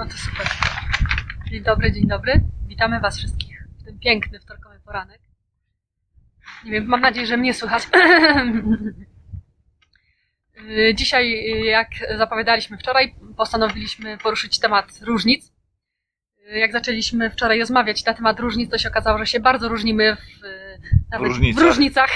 No to super. Dzień dobry, dzień dobry. Witamy Was wszystkich w ten piękny wtorkowy poranek. Nie wiem, mam nadzieję, że mnie słychać. Dzisiaj, jak zapowiadaliśmy wczoraj, postanowiliśmy poruszyć temat różnic. Jak zaczęliśmy wczoraj rozmawiać na temat różnic, to się okazało, że się bardzo różnimy w różnicach.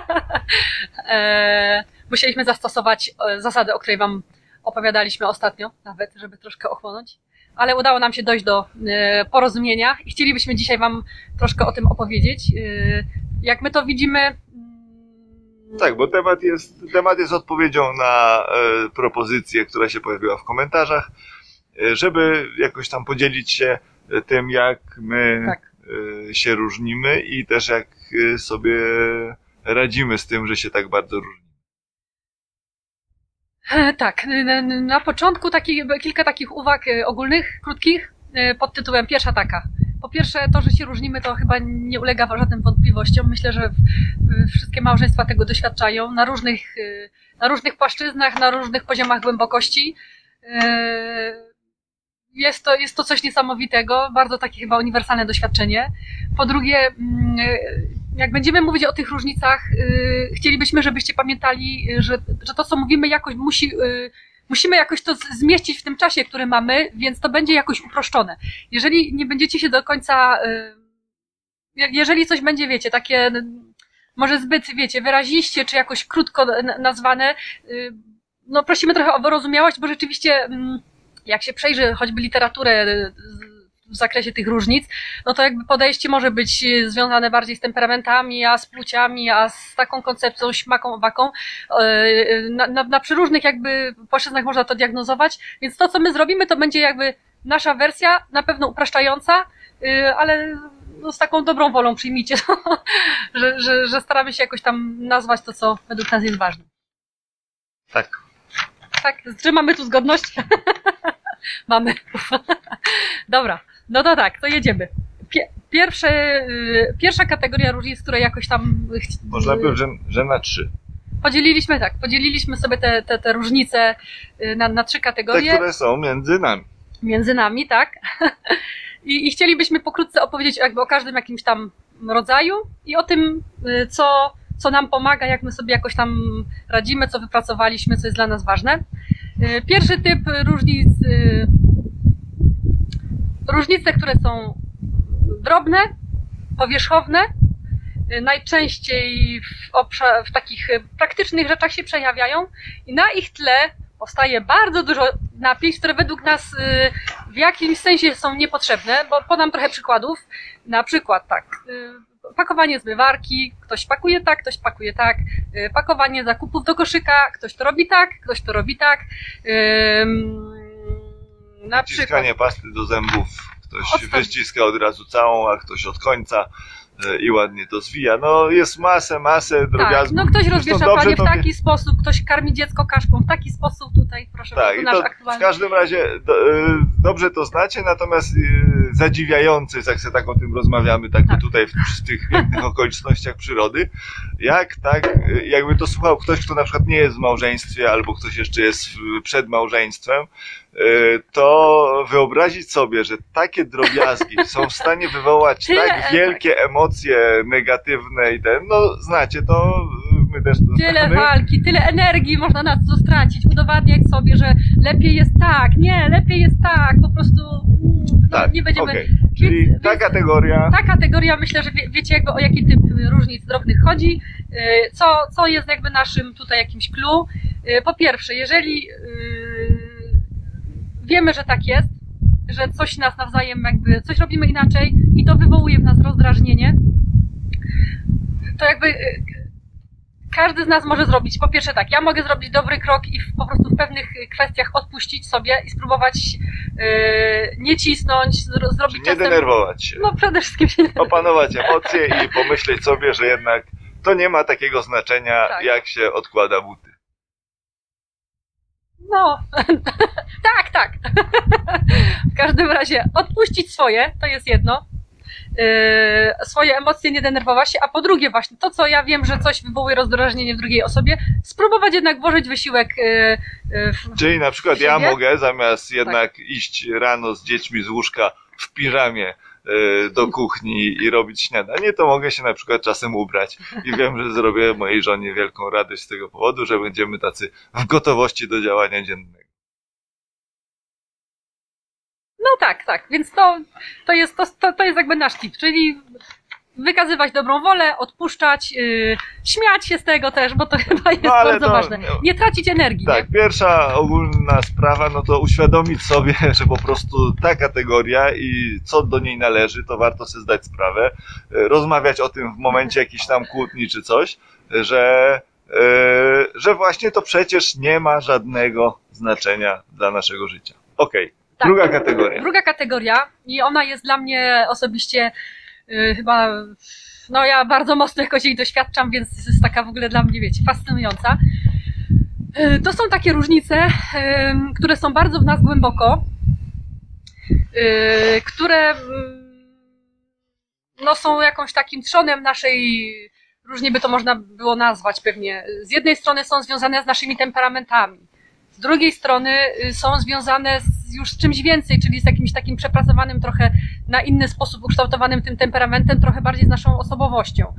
Musieliśmy zastosować zasadę, o której Wam opowiadaliśmy ostatnio, nawet, żeby troszkę ochłonąć. Ale udało nam się dojść do porozumienia i chcielibyśmy dzisiaj Wam troszkę o tym opowiedzieć. Jak my to widzimy... Tak, bo temat jest odpowiedzią na propozycję, która się pojawiła w komentarzach, żeby jakoś tam podzielić się tym, jak my się różnimy i też jak sobie radzimy z tym, że się tak bardzo różnimy. Tak, na początku kilka takich uwag ogólnych, krótkich, pod tytułem pierwsza taka. Po pierwsze, to, że się różnimy, to chyba nie ulega żadnym wątpliwościom. Myślę, że wszystkie małżeństwa tego doświadczają na różnych płaszczyznach, na różnych poziomach głębokości. Jest to coś niesamowitego, bardzo takie chyba uniwersalne doświadczenie. Po drugie, jak będziemy mówić o tych różnicach, chcielibyśmy, żebyście pamiętali, że to, co mówimy, jakoś musimy jakoś to zmieścić w tym czasie, który mamy, więc to będzie jakoś uproszczone. Jeżeli nie będziecie się do końca, jeżeli coś będzie, wiecie, takie może zbyt, wiecie, wyraziście, czy jakoś krótko nazwane, no prosimy trochę o wyrozumiałość, bo rzeczywiście jak się przejrzy choćby literaturę w zakresie tych różnic, no to jakby podejście może być związane bardziej z temperamentami, a z płciami, a z taką koncepcją śmaką, owaką. Na przeróżnych jakby płaszczyznach można to diagnozować, więc to, co my zrobimy, to będzie jakby nasza wersja, na pewno upraszczająca, ale no z taką dobrą wolą przyjmijcie to, że staramy się jakoś tam nazwać to, co według nas jest ważne. Tak. Tak, czy mamy tu zgodność? Mamy. Dobra, no to tak, to jedziemy. Pierwsza kategoria różnic, które jakoś tam... Można powiedzieć, że na 3. Podzieliliśmy sobie te różnice na 3 kategorie. Te, które są między nami. Między nami, tak. I chcielibyśmy pokrótce opowiedzieć jakby o każdym jakimś tam rodzaju i o tym, co nam pomaga, jak my sobie jakoś tam radzimy, co wypracowaliśmy, co jest dla nas ważne. Pierwszy typ różnic, różnice, które są drobne, powierzchowne, najczęściej w takich praktycznych rzeczach się przejawiają i na ich tle powstaje bardzo dużo napięć, które według nas w jakimś sensie są niepotrzebne, bo podam trochę przykładów. Na przykład tak, pakowanie zmywarki, ktoś pakuje tak, ktoś pakuje tak, pakowanie zakupów do koszyka, ktoś to robi tak, ktoś to robi tak. Na Wciskanie pasty do zębów, ktoś wyściska od razu całą, a ktoś od końca i ładnie to zwija. No jest masę drobiazgów. Tak, no ktoś rozwiesza pranie w taki sposób, ktoś karmi dziecko kaszką w taki sposób, tutaj proszę tak, bardzo, nasz aktualny. W każdym razie dobrze to znacie, natomiast zadziwiające jest, jak sobie tak o tym rozmawiamy, tak. Tutaj w tych pięknych okolicznościach przyrody, jakby to słuchał ktoś, kto na przykład nie jest w małżeństwie, albo ktoś jeszcze jest przed małżeństwem, to wyobrazić sobie, że takie drobiazgi są w stanie wywołać tak wielkie emocje negatywne i no znacie to, my też to tyle znamy. walki, tyle energii można na to stracić, udowadniać sobie, że lepiej jest tak, nie, lepiej jest tak, po prostu tak, nie będziemy... Okay. Czyli ta kategoria... Ta kategoria, myślę, że wiecie jakby o jaki typ różnic drobnych chodzi, co jest jakby naszym tutaj jakimś clue. Po pierwsze, jeżeli wiemy, że tak jest, że coś nas nawzajem jakby, coś robimy inaczej i to wywołuje w nas rozdrażnienie, to jakby każdy z nas może zrobić. Po pierwsze tak, ja mogę zrobić dobry krok i po prostu w pewnych kwestiach odpuścić sobie i spróbować nie cisnąć, zrobić nie czasem... denerwować się. No przede wszystkim się opanować emocje i pomyśleć sobie, że jednak to nie ma takiego znaczenia, jak się odkłada buty. No, tak. W każdym razie odpuścić swoje, to jest jedno. swoje emocje, nie denerwować się, a po drugie właśnie to, co ja wiem, że coś wywołuje rozdrażnienie w drugiej osobie, spróbować jednak włożyć wysiłek Czyli na przykład ja siebie. mogę zamiast jednak iść rano z dziećmi z łóżka w piżamie do kuchni i robić śniadanie, to mogę się na przykład czasem ubrać i wiem, że zrobię mojej żonie wielką radość z tego powodu, że będziemy tacy w gotowości do działania dziennego. No tak, więc to jest jakby nasz tip, czyli wykazywać dobrą wolę, odpuszczać, śmiać się z tego też, bo to chyba jest bardzo ważne. Nie tracić energii. Tak, nie? pierwsza ogólna sprawa, no to uświadomić sobie, że po prostu ta kategoria i co do niej należy, to warto sobie zdać sprawę. Rozmawiać o tym w momencie jakiejś tam kłótni czy coś, że właśnie to przecież nie ma żadnego znaczenia dla naszego życia. Okej. Tak. Druga kategoria. Druga kategoria i ona jest dla mnie osobiście chyba, no ja bardzo mocno jakoś jej doświadczam, więc jest taka w ogóle dla mnie, wiecie, fascynująca. To są takie różnice, które są bardzo w nas głęboko, które no, są jakąś takim trzonem naszej, różnie by to można było nazwać pewnie. Z jednej strony są związane z naszymi temperamentami, z drugiej strony są związane już z czymś więcej, czyli z jakimś takim przepracowanym trochę na inny sposób ukształtowanym tym temperamentem, trochę bardziej z naszą osobowością.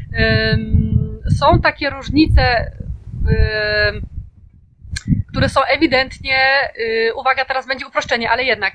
Są takie różnice, które są ewidentnie, uwaga, teraz będzie uproszczenie, ale jednak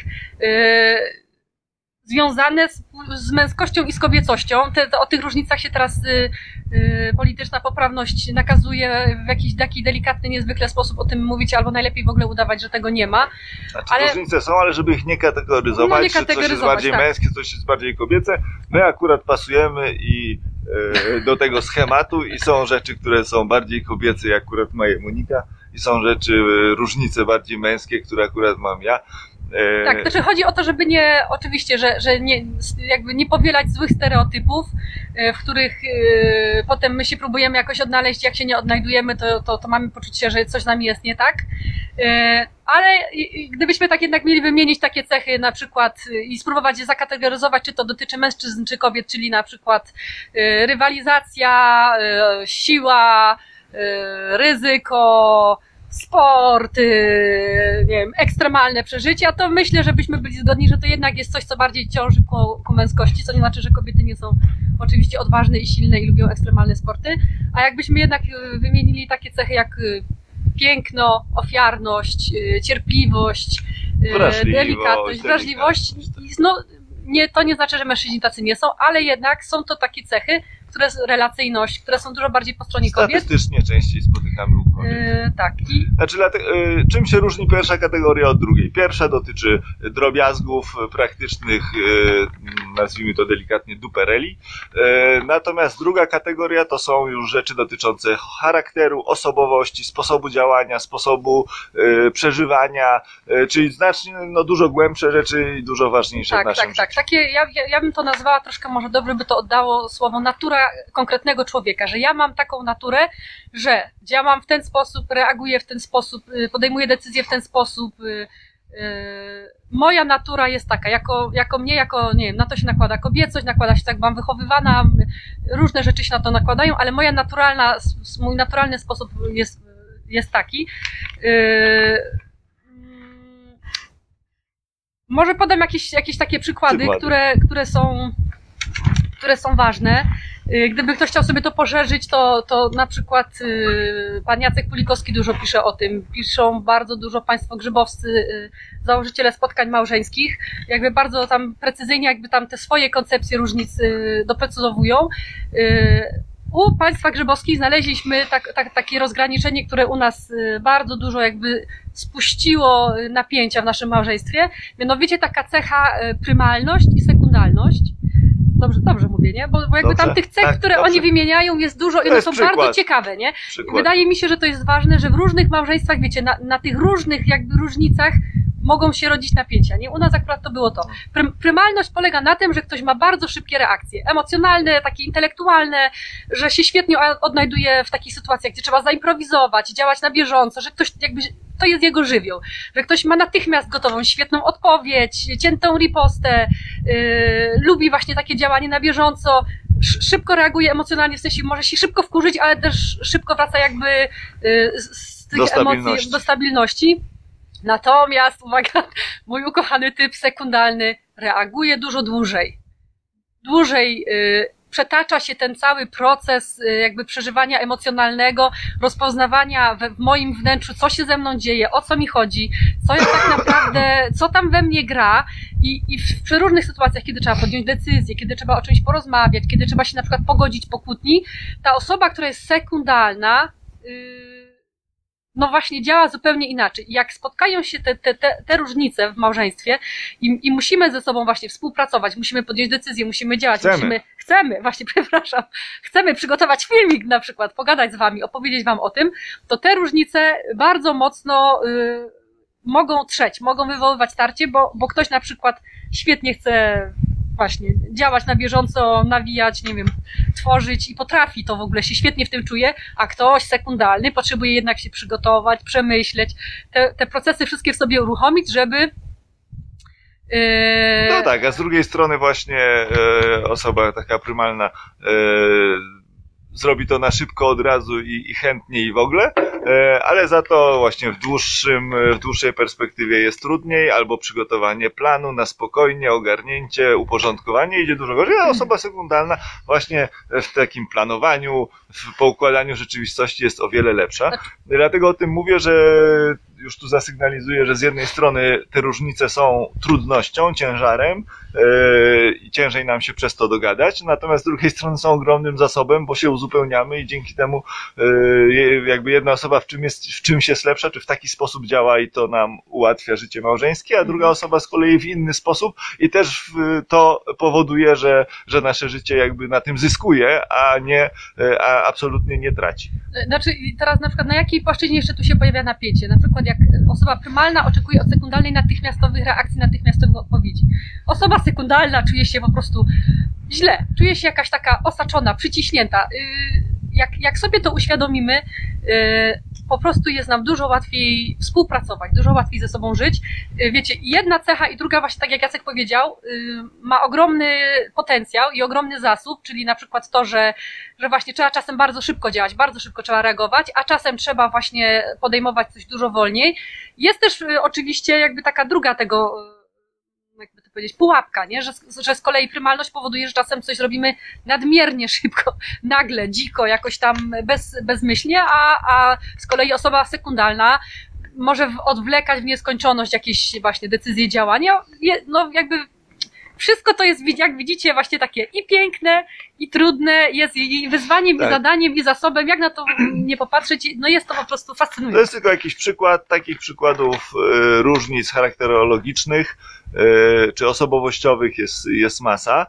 związane z męskością i z kobiecością. O tych różnicach się teraz polityczna poprawność nakazuje w jakiś taki delikatny, niezwykle sposób o tym mówić, albo najlepiej w ogóle udawać, że tego nie ma. Znaczy, różnice są, ale żeby ich nie kategoryzować, no nie czy coś jest bardziej męskie, coś jest bardziej kobiece, my akurat pasujemy i do tego schematu i są rzeczy, które są bardziej kobiece, jak akurat ma je Monika, i są rzeczy, różnice bardziej męskie, które akurat mam ja. Tak, to znaczy chodzi o to, żeby nie, oczywiście, że nie, jakby nie powielać złych stereotypów, w których potem my się próbujemy jakoś odnaleźć, jak się nie odnajdujemy, to mamy poczucie, że coś z nami jest nie tak. Ale gdybyśmy tak jednak mieli wymienić takie cechy na przykład i spróbować je zakategoryzować, czy to dotyczy mężczyzn, czy kobiet, czyli na przykład rywalizacja, siła, ryzyko, sport, nie wiem, ekstremalne przeżycia, to myślę, że byśmy byli zgodni, że to jednak jest coś, co bardziej ciąży ku męskości, co nie znaczy, że kobiety nie są oczywiście odważne i silne i lubią ekstremalne sporty, a jakbyśmy jednak wymienili takie cechy jak piękno, ofiarność, cierpliwość, delikatność, wrażliwość, no to nie znaczy, że mężczyźni tacy nie są, ale jednak są to takie cechy, relacyjność, które są dużo bardziej po stronie kobiet. Statystycznie częściej spotykamy u kobiet. Tak. Znaczy, czym się różni pierwsza kategoria od drugiej? Pierwsza dotyczy drobiazgów praktycznych, nazwijmy to delikatnie dupereli. Natomiast druga kategoria to są już rzeczy dotyczące charakteru, osobowości, sposobu działania, sposobu przeżywania, czyli znacznie dużo głębsze rzeczy i dużo ważniejsze w naszym życiu. Tak. Takie, ja bym to nazwała troszkę, może dobrze by to oddało słowo natura konkretnego człowieka, że ja mam taką naturę, że działam w ten sposób, reaguję w ten sposób, podejmuję decyzje w ten sposób. Moja natura jest taka, nie wiem, na to się nakłada kobiecość, nakłada się tak, byłam wychowywana, różne rzeczy się na to nakładają, ale mój naturalny sposób jest taki. Może podam jakieś takie przykłady. które są ważne. Gdyby ktoś chciał sobie to poszerzyć, to na przykład pan Jacek Pulikowski dużo pisze o tym. Piszą bardzo dużo państwo grzybowscy, założyciele spotkań małżeńskich. Jakby bardzo tam precyzyjnie jakby tam te swoje koncepcje różnic doprecyzowują. U państwa grzybowskich znaleźliśmy takie rozgraniczenie, które u nas bardzo dużo jakby spuściło napięcia w naszym małżeństwie. Mianowicie taka cecha prymalność i sekundalność. Dobrze mówię, nie? Bo jakby tam tych cech, które oni wymieniają, jest dużo i one są bardzo ciekawe, nie? Wydaje mi się, że to jest ważne, że w różnych małżeństwach, wiecie, na tych różnych jakby różnicach mogą się rodzić napięcia, nie? U nas akurat to było to. Prymalność polega na tym, że ktoś ma bardzo szybkie reakcje emocjonalne, takie intelektualne, że się świetnie odnajduje w takich sytuacjach, gdzie trzeba zaimprowizować, działać na bieżąco, że ktoś jakby to jest jego żywioł, że ktoś ma natychmiast gotową, świetną odpowiedź, ciętą ripostę, lubi właśnie takie działanie na bieżąco, szybko reaguje emocjonalnie, w sensie może się szybko wkurzyć, ale też szybko wraca jakby z tych emocji do stabilności. Natomiast, uwaga, mój ukochany typ sekundalny reaguje dużo dłużej. Przetacza się ten cały proces jakby przeżywania emocjonalnego, rozpoznawania w moim wnętrzu, co się ze mną dzieje, o co mi chodzi, co jest tak naprawdę, co tam we mnie gra i w przeróżnych sytuacjach, kiedy trzeba podjąć decyzję, kiedy trzeba o czymś porozmawiać, kiedy trzeba się na przykład pogodzić po kłótni, ta osoba, która jest sekundalna, no właśnie działa zupełnie inaczej. I jak spotkają się te różnice w małżeństwie i musimy ze sobą właśnie współpracować, musimy podjąć decyzję, musimy działać, chcemy przygotować filmik na przykład, pogadać z wami, opowiedzieć wam o tym, to te różnice bardzo mocno mogą trzeć, mogą wywoływać tarcie, bo ktoś na przykład świetnie chce właśnie działać na bieżąco, nawijać, nie wiem, tworzyć i potrafi to w ogóle, się świetnie w tym czuje, a ktoś sekundalny potrzebuje jednak się przygotować, przemyśleć, te procesy wszystkie w sobie uruchomić, żeby no tak, a z drugiej strony właśnie osoba taka prymalna zrobi to na szybko od razu i chętnie i w ogóle, ale za to właśnie w dłuższej perspektywie jest trudniej, albo przygotowanie planu na spokojnie, ogarnięcie, uporządkowanie idzie dużo gorzej, a osoba sekundalna właśnie w takim planowaniu, w poukładaniu rzeczywistości jest o wiele lepsza. Dlatego o tym mówię, że już tu zasygnalizuję, że z jednej strony te różnice są trudnością, ciężarem i ciężej nam się przez to dogadać, natomiast z drugiej strony są ogromnym zasobem, bo się uzupełniamy i dzięki temu jakby jedna osoba w czymś jest lepsza, czy w taki sposób działa i to nam ułatwia życie małżeńskie, a druga osoba z kolei w inny sposób i też to powoduje, że nasze życie jakby na tym zyskuje, a absolutnie nie traci. Znaczy teraz na przykład na jakiej płaszczyźnie jeszcze tu się pojawia napięcie? Na przykład jak osoba prymalna oczekuje od sekundalnej natychmiastowych reakcji, natychmiastowych odpowiedzi. Osoba sekundalna czuje się po prostu źle, czuje się jakaś taka osaczona, przyciśnięta. Jak sobie to uświadomimy, po prostu jest nam dużo łatwiej współpracować, dużo łatwiej ze sobą żyć. Wiecie, jedna cecha i druga właśnie, tak jak Jacek powiedział, ma ogromny potencjał i ogromny zasób, czyli na przykład to, że właśnie trzeba czasem bardzo szybko działać, bardzo szybko trzeba reagować, a czasem trzeba właśnie podejmować coś dużo wolniej. Jest też oczywiście jakby taka druga tego, jakby to powiedzieć, pułapka, nie? Że z kolei prymalność powoduje, że czasem coś robimy nadmiernie szybko, nagle, dziko, jakoś tam bezmyślnie, a z kolei osoba sekundalna może odwlekać w nieskończoność jakieś właśnie decyzje, działania. No jakby wszystko to jest, jak widzicie, właśnie takie i piękne, i trudne, jest i wyzwaniem, tak, i zadaniem, i zasobem, jak na to nie popatrzeć, no jest to po prostu fascynujące. To jest tylko jakiś przykład, takich przykładów różnic charakterologicznych czy osobowościowych jest masa.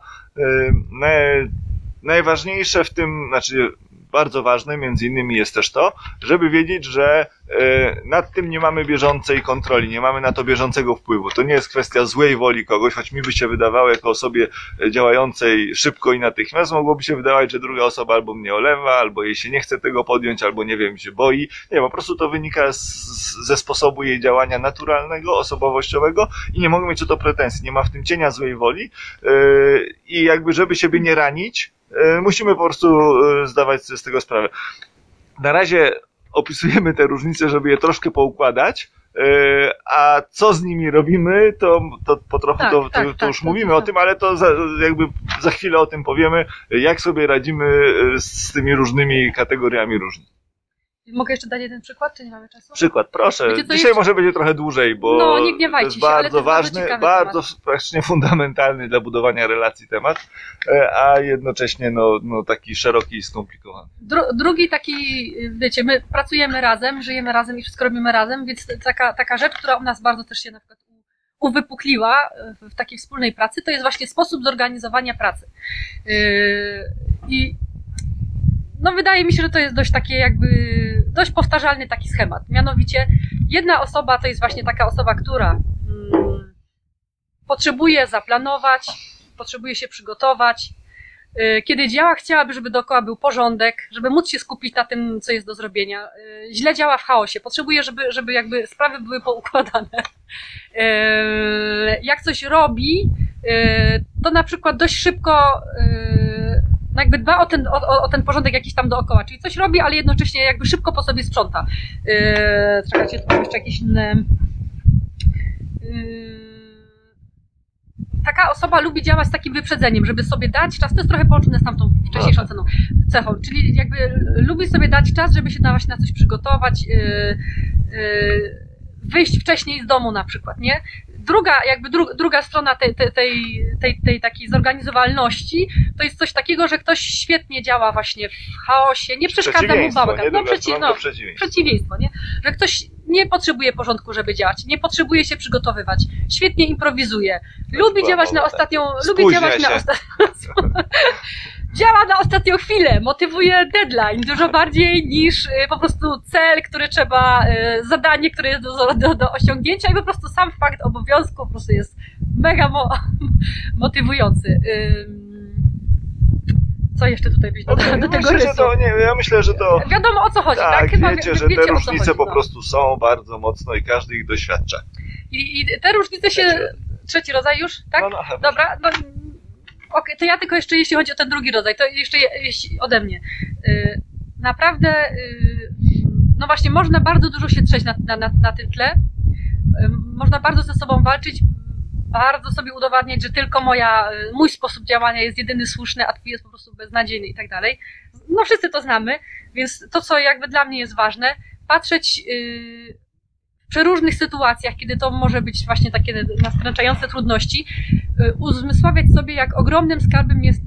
Najważniejsze w tym, znaczy bardzo ważne między innymi jest też to, żeby wiedzieć, że nad tym nie mamy bieżącej kontroli, nie mamy na to bieżącego wpływu. To nie jest kwestia złej woli kogoś, choć mi by się wydawało jako osobie działającej szybko i natychmiast, mogłoby się wydawać, że druga osoba albo mnie olewa, albo jej się nie chce tego podjąć, albo nie wiem, się boi. Nie, po prostu to wynika ze sposobu jej działania naturalnego, osobowościowego i nie mogę mieć o to pretensji. Nie ma w tym cienia złej woli i jakby żeby siebie nie ranić, musimy po prostu zdawać sobie z tego sprawę. Na razie opisujemy te różnice, żeby je troszkę poukładać, a co z nimi robimy, to po trochu to już mówimy o tym, ale to jakby za chwilę o tym powiemy, jak sobie radzimy z tymi różnymi kategoriami różnic. Mogę jeszcze dać jeden przykład, czy nie mamy czasu? Przykład, proszę. Dzisiaj może będzie trochę dłużej, bo nie gniewajcie to jest bardzo ważny, bardzo praktycznie fundamentalny dla budowania relacji temat, a jednocześnie taki szeroki i skomplikowany. Drugi taki, wiecie, my pracujemy razem, żyjemy razem i wszystko robimy razem, więc taka rzecz, która u nas bardzo też się na przykład uwypukliła w takiej wspólnej pracy, to jest właśnie sposób zorganizowania pracy. I wydaje mi się, że to jest dość takie dość powtarzalny taki schemat. Mianowicie jedna osoba to jest właśnie taka osoba, która potrzebuje zaplanować, potrzebuje się przygotować, Kiedy działa, chciałaby, żeby dookoła był porządek, żeby móc się skupić na tym, co jest do zrobienia. Źle działa w chaosie. Potrzebuje, żeby jakby sprawy były poukładane. Jak coś robi, to na przykład dość szybko jakby dba o ten porządek jakiś tam dookoła. Czyli coś robi, ale jednocześnie jakby szybko po sobie sprząta. Czekajcie, tu mam jeszcze jakieś inne... Taka osoba lubi działać z takim wyprzedzeniem, żeby sobie dać czas, to jest trochę połączone z tamtą wcześniejszą cechą, czyli jakby lubi sobie dać czas, żeby się właśnie na coś przygotować, wyjść wcześniej z domu na przykład, nie? Druga strona tej takiej zorganizowalności to jest coś takiego, że ktoś świetnie działa właśnie w chaosie, nie przeszkadza mu bałagan. Przeciwieństwo, nie? Że ktoś nie potrzebuje porządku, żeby działać, nie potrzebuje się przygotowywać, świetnie improwizuje, lubi działać na ostatnią, działa na ostatnią chwilę, motywuje deadline dużo bardziej niż po prostu cel, który trzeba, zadanie, które jest do osiągnięcia i po prostu sam fakt obowiązku po prostu jest mega motywujący. Co jeszcze tutaj byś dodał do tego rysu? Ja myślę, że to... Wiadomo, o co chodzi, tak? Chyba wiecie, że te różnice po prostu są bardzo mocno i każdy ich doświadcza. I te różnice się... Trzeci rodzaj już, tak? Dobra, okej, to ja tylko jeszcze, jeśli chodzi o ten drugi rodzaj, to jeszcze ode mnie. Naprawdę, no właśnie, można bardzo dużo się trzeć na tym tle. Można bardzo ze sobą walczyć, bardzo sobie udowadniać, że tylko mój sposób działania jest jedyny słuszny, a twój jest po prostu beznadziejny i tak dalej. No wszyscy to znamy, więc to, co jakby dla mnie jest ważne, patrzeć w przeróżnych sytuacjach, kiedy to może być właśnie takie nastręczające trudności, uzmysławiać sobie, jak ogromnym skarbem jest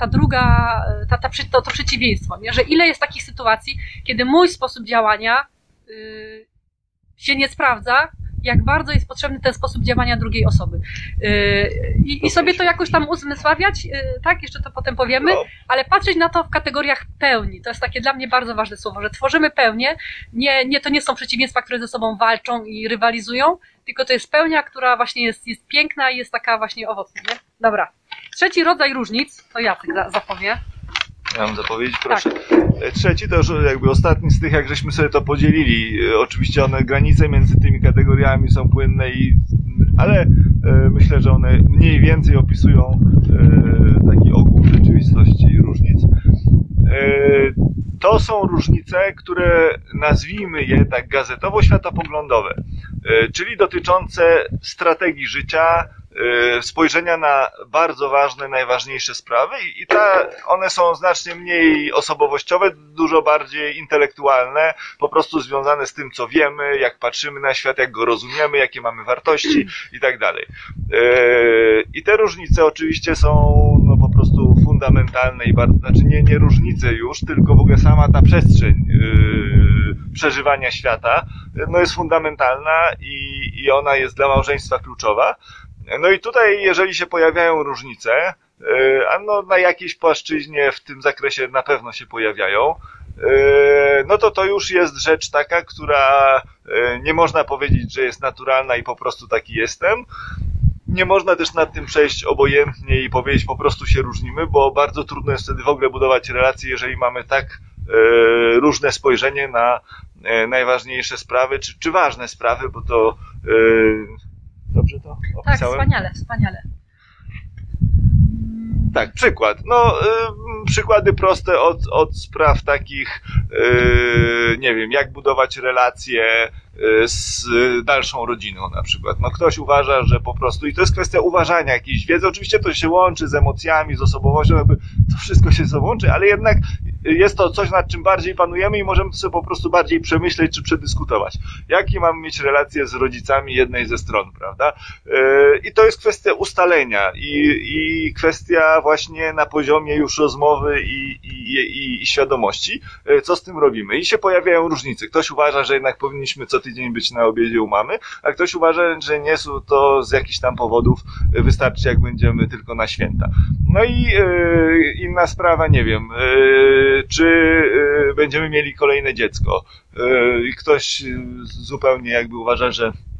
to przeciwieństwo, nie? Że ile jest takich sytuacji, kiedy mój sposób działania się nie sprawdza, jak bardzo jest potrzebny ten sposób działania drugiej osoby. I sobie to jakoś tam uzmysławiać, tak, jeszcze to potem powiemy, ale patrzeć na to w kategoriach pełni. To jest takie dla mnie bardzo ważne słowo, że tworzymy pełnię, to nie są przeciwieństwa, które ze sobą walczą i rywalizują, tylko to jest pełnia, która właśnie jest piękna i jest taka właśnie owocna, nie? Dobra. Trzeci rodzaj różnic, to Jacek zapowie. Ja mam zapowiedzieć, proszę. Tak. Trzeci to już jakby ostatni z tych, jak żeśmy sobie to podzielili. Oczywiście granice między tymi kategoriami są płynne, ale myślę, że one mniej więcej opisują taki ogół rzeczywistości i różnic. To są różnice, które nazwijmy je tak gazetowo światopoglądowe, czyli dotyczące strategii życia, spojrzenia na bardzo ważne, najważniejsze sprawy i one są znacznie mniej osobowościowe, dużo bardziej intelektualne, po prostu związane z tym, co wiemy, jak patrzymy na świat, jak go rozumiemy, jakie mamy wartości i tak dalej. I te różnice oczywiście są po prostu fundamentalne i bardzo, znaczy nie różnice już, tylko w ogóle sama ta przestrzeń przeżywania świata jest fundamentalna i ona jest dla małżeństwa kluczowa. No i tutaj, jeżeli się pojawiają różnice, na jakiejś płaszczyźnie w tym zakresie na pewno się pojawiają, no to już jest rzecz taka, która nie można powiedzieć, że jest naturalna i po prostu taki jestem. Nie można też nad tym przejść obojętnie i powiedzieć, po prostu się różnimy, bo bardzo trudno jest wtedy w ogóle budować relacje, jeżeli mamy tak różne spojrzenie na najważniejsze sprawy, czy ważne sprawy, bo to... Dobrze to opisałem? Tak, wspaniale. Tak, przykład. Przykłady proste od spraw takich, nie wiem, jak budować relacje z dalszą rodziną na przykład. Ktoś uważa, że po prostu, i to jest kwestia uważania jakiejś wiedzy, oczywiście to się łączy z emocjami, z osobowością, jakby to wszystko się łączy, ale jednak jest to coś, nad czym bardziej panujemy i możemy to sobie po prostu bardziej przemyśleć czy przedyskutować. Jakie mamy mieć relacje z rodzicami jednej ze stron, prawda? I to jest kwestia ustalenia i kwestia właśnie na poziomie już rozmowy i świadomości, co z tym robimy. I się pojawiają różnice. Ktoś uważa, że jednak powinniśmy co tydzień być na obiedzie u mamy, a ktoś uważa, że nie, to z jakichś tam powodów wystarczy, jak będziemy tylko na święta. No i inna sprawa, nie wiem, czy będziemy mieli kolejne dziecko. I ktoś zupełnie jakby uważa, że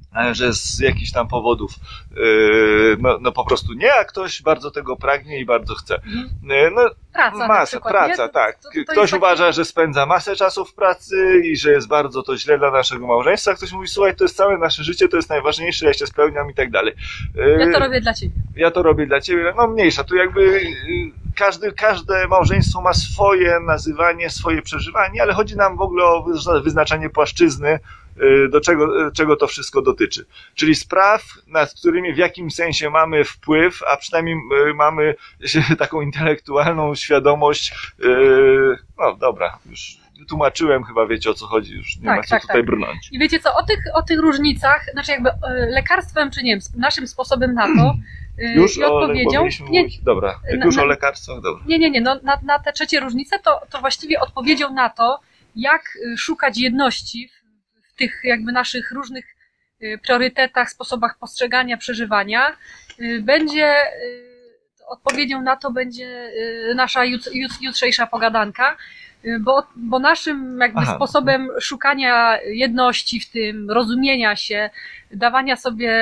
że z jakichś tam powodów no po prostu nie, a ktoś bardzo tego pragnie i bardzo chce. No, praca, tak. Ktoś uważa, że spędza masę czasu w pracy i że jest bardzo to źle dla naszego małżeństwa, ktoś mówi, słuchaj, to jest całe nasze życie, to jest najważniejsze, ja się spełniam i tak dalej. Ja to robię dla ciebie. Ja to robię dla ciebie, no mniejsza, tu jakby każde małżeństwo ma swoje nazywanie, swoje przeżywanie, ale chodzi nam w ogóle o wyznaczanie płaszczyzny, do czego to wszystko dotyczy. Czyli spraw, nad którymi w jakimś sensie mamy wpływ, a przynajmniej mamy taką intelektualną świadomość. No dobra, już tłumaczyłem, chyba wiecie, o co chodzi, już nie ma co tutaj brnąć. I wiecie co, o tych różnicach, znaczy jakby lekarstwem, czy nie wiem, naszym sposobem na to, już i odpowiedzią. Dobra, jak już o lekarstwach, dobra. Nie, no, na te trzecie różnice to właściwie odpowiedzią na to, jak szukać jedności w tych jakby naszych różnych priorytetach, sposobach postrzegania, przeżywania, będzie odpowiedzią na to będzie nasza jutrzejsza pogadanka, bo naszym jakby sposobem szukania jedności w tym, rozumienia się, dawania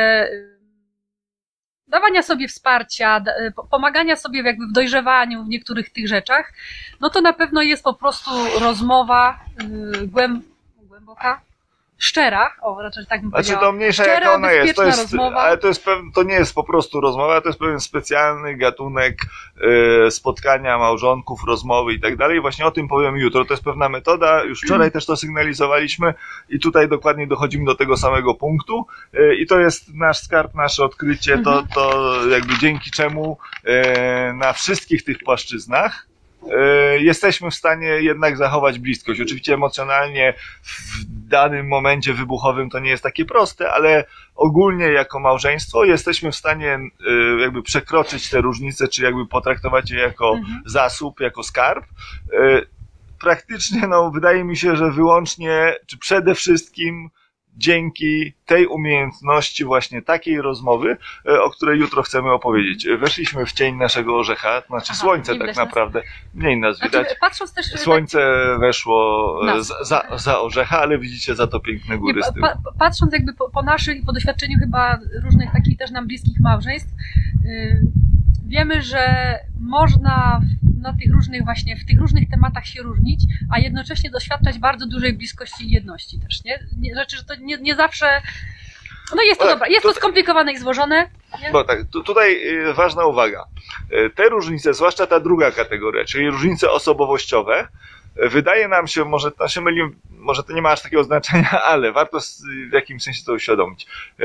sobie wsparcia, pomagania sobie jakby w dojrzewaniu w niektórych tych rzeczach, no to na pewno jest po prostu rozmowa głęboka, szczera, raczej tak bym powiedziała. Znaczy to mniejsza szczera, jaka ona jest, rozmowa. Ale to nie jest po prostu rozmowa, to jest pewien specjalny gatunek spotkania małżonków, rozmowy i tak dalej. Właśnie o tym powiem jutro, to jest pewna metoda, już wczoraj też to sygnalizowaliśmy i tutaj dokładnie dochodzimy do tego samego punktu i to jest nasz skarb, nasze odkrycie, to jakby dzięki czemu na wszystkich tych płaszczyznach jesteśmy w stanie jednak zachować bliskość. Oczywiście emocjonalnie w danym momencie wybuchowym to nie jest takie proste, ale ogólnie jako małżeństwo jesteśmy w stanie jakby przekroczyć te różnice, czy jakby potraktować je jako zasób, jako skarb. Praktycznie, no wydaje mi się, że wyłącznie, czy przede wszystkim dzięki tej umiejętności właśnie takiej rozmowy, o której jutro chcemy opowiedzieć. Weszliśmy w cień naszego orzecha, znaczy słońce tak naprawdę, mniej nas widać. Znaczy, patrząc też, słońce weszło za orzecha, ale widzicie za to piękne góry z tyłu. Patrząc jakby po naszych i po doświadczeniu chyba różnych takich też nam bliskich małżeństw, wiemy, że można w tych różnych tematach się różnić, a jednocześnie doświadczać bardzo dużej bliskości i jedności też, nie? Rzeczy, że to nie zawsze... No jest to dobra, jest to skomplikowane i złożone. Nie? Bo tak, tutaj ważna uwaga. Te różnice, zwłaszcza ta druga kategoria, czyli różnice osobowościowe, wydaje nam się, może mylimy, może to nie ma aż takiego znaczenia, ale warto w jakimś sensie to uświadomić.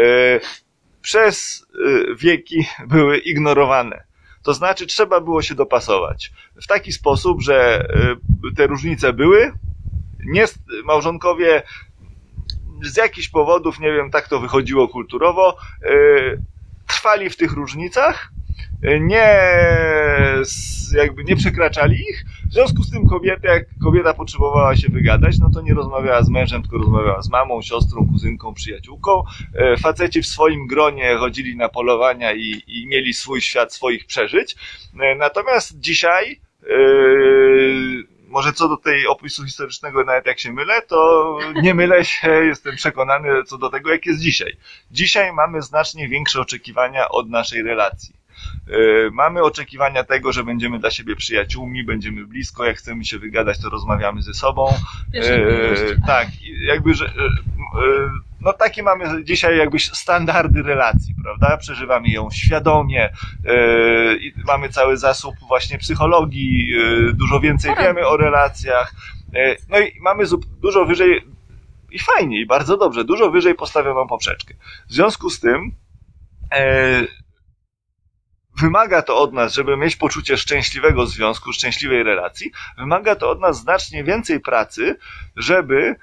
Przez wieki były ignorowane. To znaczy trzeba było się dopasować w taki sposób, że te różnice były, małżonkowie z jakichś powodów, nie wiem, tak to wychodziło kulturowo, trwali w tych różnicach, nie przekraczali ich. W związku z tym jak kobieta potrzebowała się wygadać, no to nie rozmawiała z mężem, tylko rozmawiała z mamą, siostrą, kuzynką, przyjaciółką. Faceci w swoim gronie chodzili na polowania i mieli swój świat swoich przeżyć. Natomiast dzisiaj, może co do tej opisu historycznego, nawet jak się mylę, to nie mylę się, jestem przekonany co do tego, jak jest dzisiaj. Dzisiaj mamy znacznie większe oczekiwania od naszej relacji. Mamy oczekiwania tego, że będziemy dla siebie przyjaciółmi, będziemy blisko, jak chcemy się wygadać, to rozmawiamy ze sobą. Tak, jakby, że no takie mamy dzisiaj jakby standardy relacji, prawda? Przeżywamy ją świadomie, mamy cały zasób właśnie psychologii, dużo więcej wiemy o relacjach, no i mamy dużo wyżej, i fajnie, i bardzo dobrze, dużo wyżej postawioną poprzeczkę. W związku z tym wymaga to od nas, żeby mieć poczucie szczęśliwego związku, szczęśliwej relacji, wymaga to od nas znacznie więcej pracy, żeby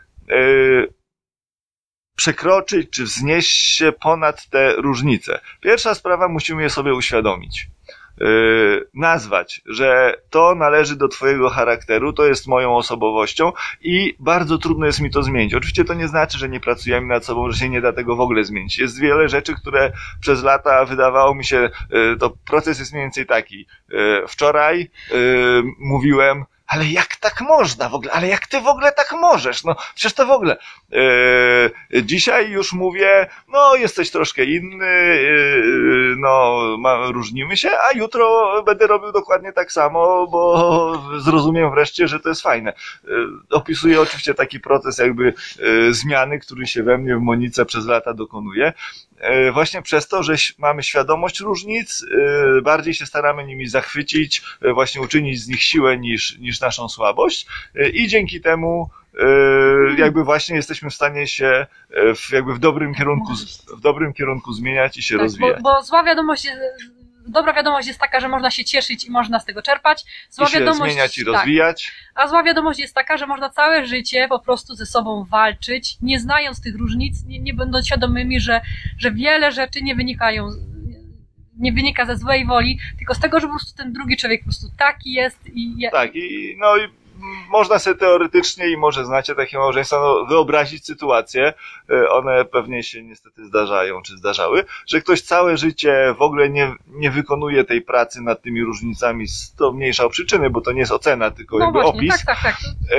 przekroczyć czy wznieść się ponad te różnice. Pierwsza sprawa, musimy je sobie uświadomić. Nazwać, że to należy do twojego charakteru, to jest moją osobowością i bardzo trudno jest mi to zmienić. Oczywiście to nie znaczy, że nie pracujemy nad sobą, że się nie da tego w ogóle zmienić. Jest wiele rzeczy, które przez lata wydawało mi się, to proces jest mniej więcej taki. Wczoraj mówiłem, ale jak tak można w ogóle, ale jak ty w ogóle tak możesz, no przecież to w ogóle. Dzisiaj już mówię, no jesteś troszkę inny, no różnimy się, a jutro będę robił dokładnie tak samo, bo zrozumiem wreszcie, że to jest fajne. Opisuję oczywiście taki proces jakby zmiany, który się we mnie w Monice przez lata dokonuje. Właśnie przez to, że mamy świadomość różnic, bardziej się staramy nimi zachwycić, właśnie uczynić z nich siłę niż naszą słabość i dzięki temu jakby właśnie jesteśmy w stanie się jakby w dobrym kierunku zmieniać i się rozwijać. Bo dobra wiadomość jest taka, że można się cieszyć i można z tego czerpać. I się zmieniać i rozwijać. A zła wiadomość jest taka, że można całe życie po prostu ze sobą walczyć, nie znając tych różnic, nie będąc świadomymi, że wiele rzeczy nie wynika ze złej woli, tylko z tego, że po prostu ten drugi człowiek po prostu taki jest Tak, i można sobie teoretycznie, i może znacie takie małżeństwa, wyobrazić sytuację, one pewnie się niestety zdarzają, czy zdarzały, że ktoś całe życie w ogóle nie wykonuje tej pracy nad tymi różnicami z to mniejsza o przyczyny, bo to nie jest ocena, tylko jakby właśnie, opis. Tak.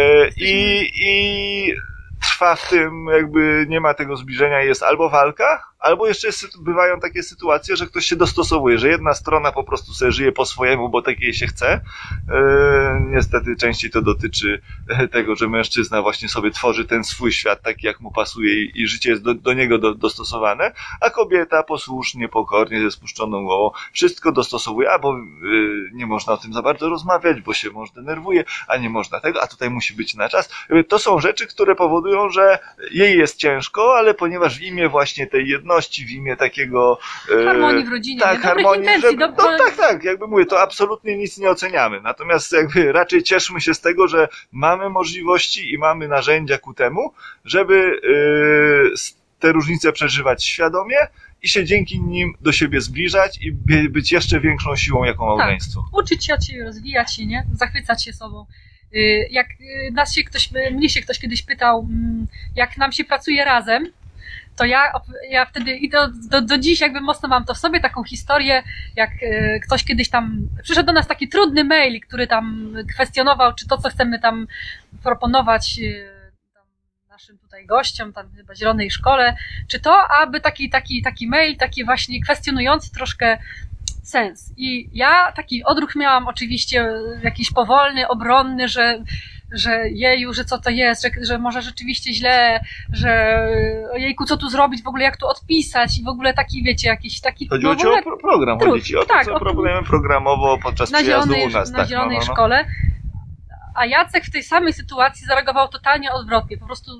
I trwa w tym, jakby nie ma tego zbliżenia, jest albo walka, albo jeszcze bywają takie sytuacje, że ktoś się dostosowuje, że jedna strona po prostu sobie żyje po swojemu, bo tak jej się chce. Niestety częściej to dotyczy tego, że mężczyzna właśnie sobie tworzy ten swój świat taki, jak mu pasuje i życie jest do niego dostosowane, a kobieta posłusznie, pokornie, ze spuszczoną głową wszystko dostosowuje, albo nie można o tym za bardzo rozmawiać, bo się mąż denerwuje, a nie można tego, a tutaj musi być na czas. To są rzeczy, które powodują, że jej jest ciężko, ale ponieważ w imię właśnie tej jedności, w imię takiego harmonii w rodzinie, tak, harmonii, intencji, tak, jakby mówię, to absolutnie nic nie oceniamy. Natomiast jakby raczej cieszmy się z tego, że mamy możliwości i mamy narzędzia ku temu, żeby te różnice przeżywać świadomie i się dzięki nim do siebie zbliżać i być jeszcze większą siłą jako małżeństwo. Tak. Uczyć się, rozwijać się, nie? Zachwycać się sobą. Jak mnie się ktoś kiedyś pytał, jak nam się pracuje razem, to ja wtedy i do dziś jakby mocno mam to w sobie, taką historię, jak ktoś kiedyś tam przyszedł do nas taki trudny mail, który tam kwestionował, czy to, co chcemy tam proponować naszym tutaj gościom, tam chyba Zielonej Szkole, czy to, aby taki mail, taki właśnie kwestionujący troszkę sens. I ja taki odruch miałam oczywiście jakiś powolny, obronny, że jeju, że co to jest, że może rzeczywiście źle, że ojejku, co tu zrobić, w ogóle jak tu odpisać i w ogóle taki, wiecie, jakiś taki... Chodziło ci o program, chodzi ci o to, co próbujemy programowo podczas przyjazdu u nas. Na Zielonej Szkole. A Jacek w tej samej sytuacji zareagował totalnie odwrotnie, po prostu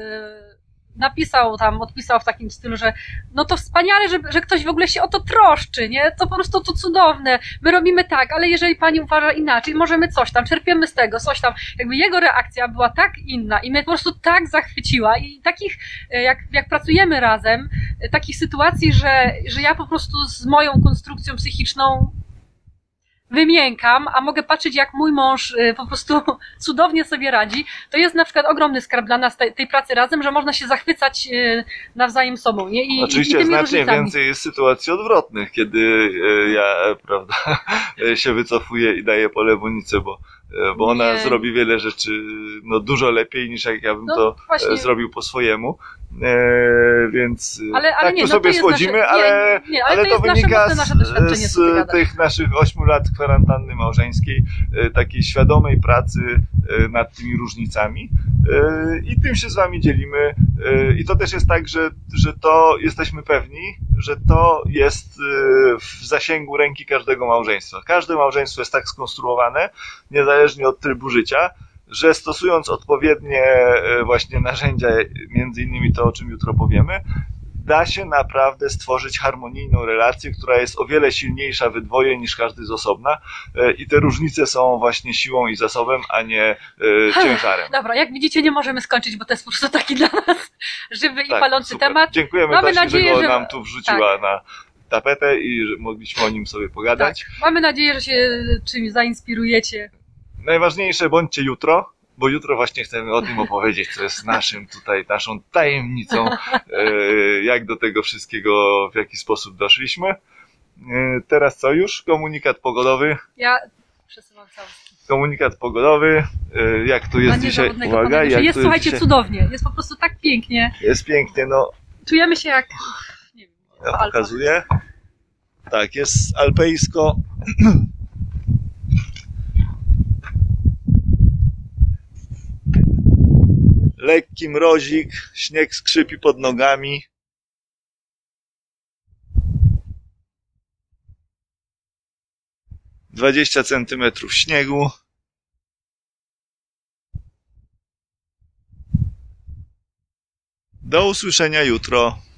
odpisał w takim stylu, że no to wspaniale, że ktoś w ogóle się o to troszczy, nie? To po prostu to cudowne. My robimy tak, ale jeżeli pani uważa inaczej, możemy coś tam, czerpiemy z tego, coś tam. Jakby jego reakcja była tak inna i mnie po prostu tak zachwyciła i takich, jak pracujemy razem, takich sytuacji, że ja po prostu z moją konstrukcją psychiczną wymiękam, a mogę patrzeć, jak mój mąż po prostu cudownie sobie radzi, to jest na przykład ogromny skarb dla nas tej pracy razem, że można się zachwycać nawzajem sobą. Nie? Oczywiście i znacznie różnicami. więcej jest sytuacji odwrotnych, kiedy ja, prawda, się wycofuję i daję pole Monice, bo ona zrobi wiele rzeczy dużo lepiej niż jak ja bym to zrobił po swojemu. Więc tak tu sobie schodzimy, ale to wynika z tych naszych 8 lat kwarantanny małżeńskiej, takiej świadomej pracy nad tymi różnicami i tym się z wami dzielimy i to też jest tak, że to jesteśmy pewni, że to jest w zasięgu ręki każdego małżeństwa. Każde małżeństwo jest tak skonstruowane, niezależnie od trybu życia, że stosując odpowiednie właśnie narzędzia, między innymi to, o czym jutro powiemy, da się naprawdę stworzyć harmonijną relację, która jest o wiele silniejsza we dwoje niż każdy z osobna i te różnice są właśnie siłą i zasobem, a nie ciężarem. Dobra, jak widzicie, nie możemy skończyć, bo to jest po prostu taki dla nas żywy i palący super. temat. Dziękujemy Tasi, że go nam tu wrzuciła na tapetę i że mogliśmy o nim sobie pogadać. Tak. Mamy nadzieję, że się czymś zainspirujecie. Najważniejsze, bądźcie jutro, bo jutro właśnie chcemy o tym opowiedzieć, co jest naszą tajemnicą, jak do tego wszystkiego, w jaki sposób doszliśmy. Teraz co już? Komunikat pogodowy. Ja przesyłam całość. komunikat pogodowy. Jak tu jest Dla dzisiaj? niezawodnego Uwaga, pana. jak Jest, tu słuchajcie, dzisiaj? cudownie. Jest po prostu tak pięknie. Jest pięknie, no Czujemy się jak, nie wiem, w ja Alpach. pokazuję. Tak, jest alpejsko. Lekki mrozik, śnieg skrzypi pod nogami. Dwadzieścia centymetrów śniegu. Do usłyszenia jutro.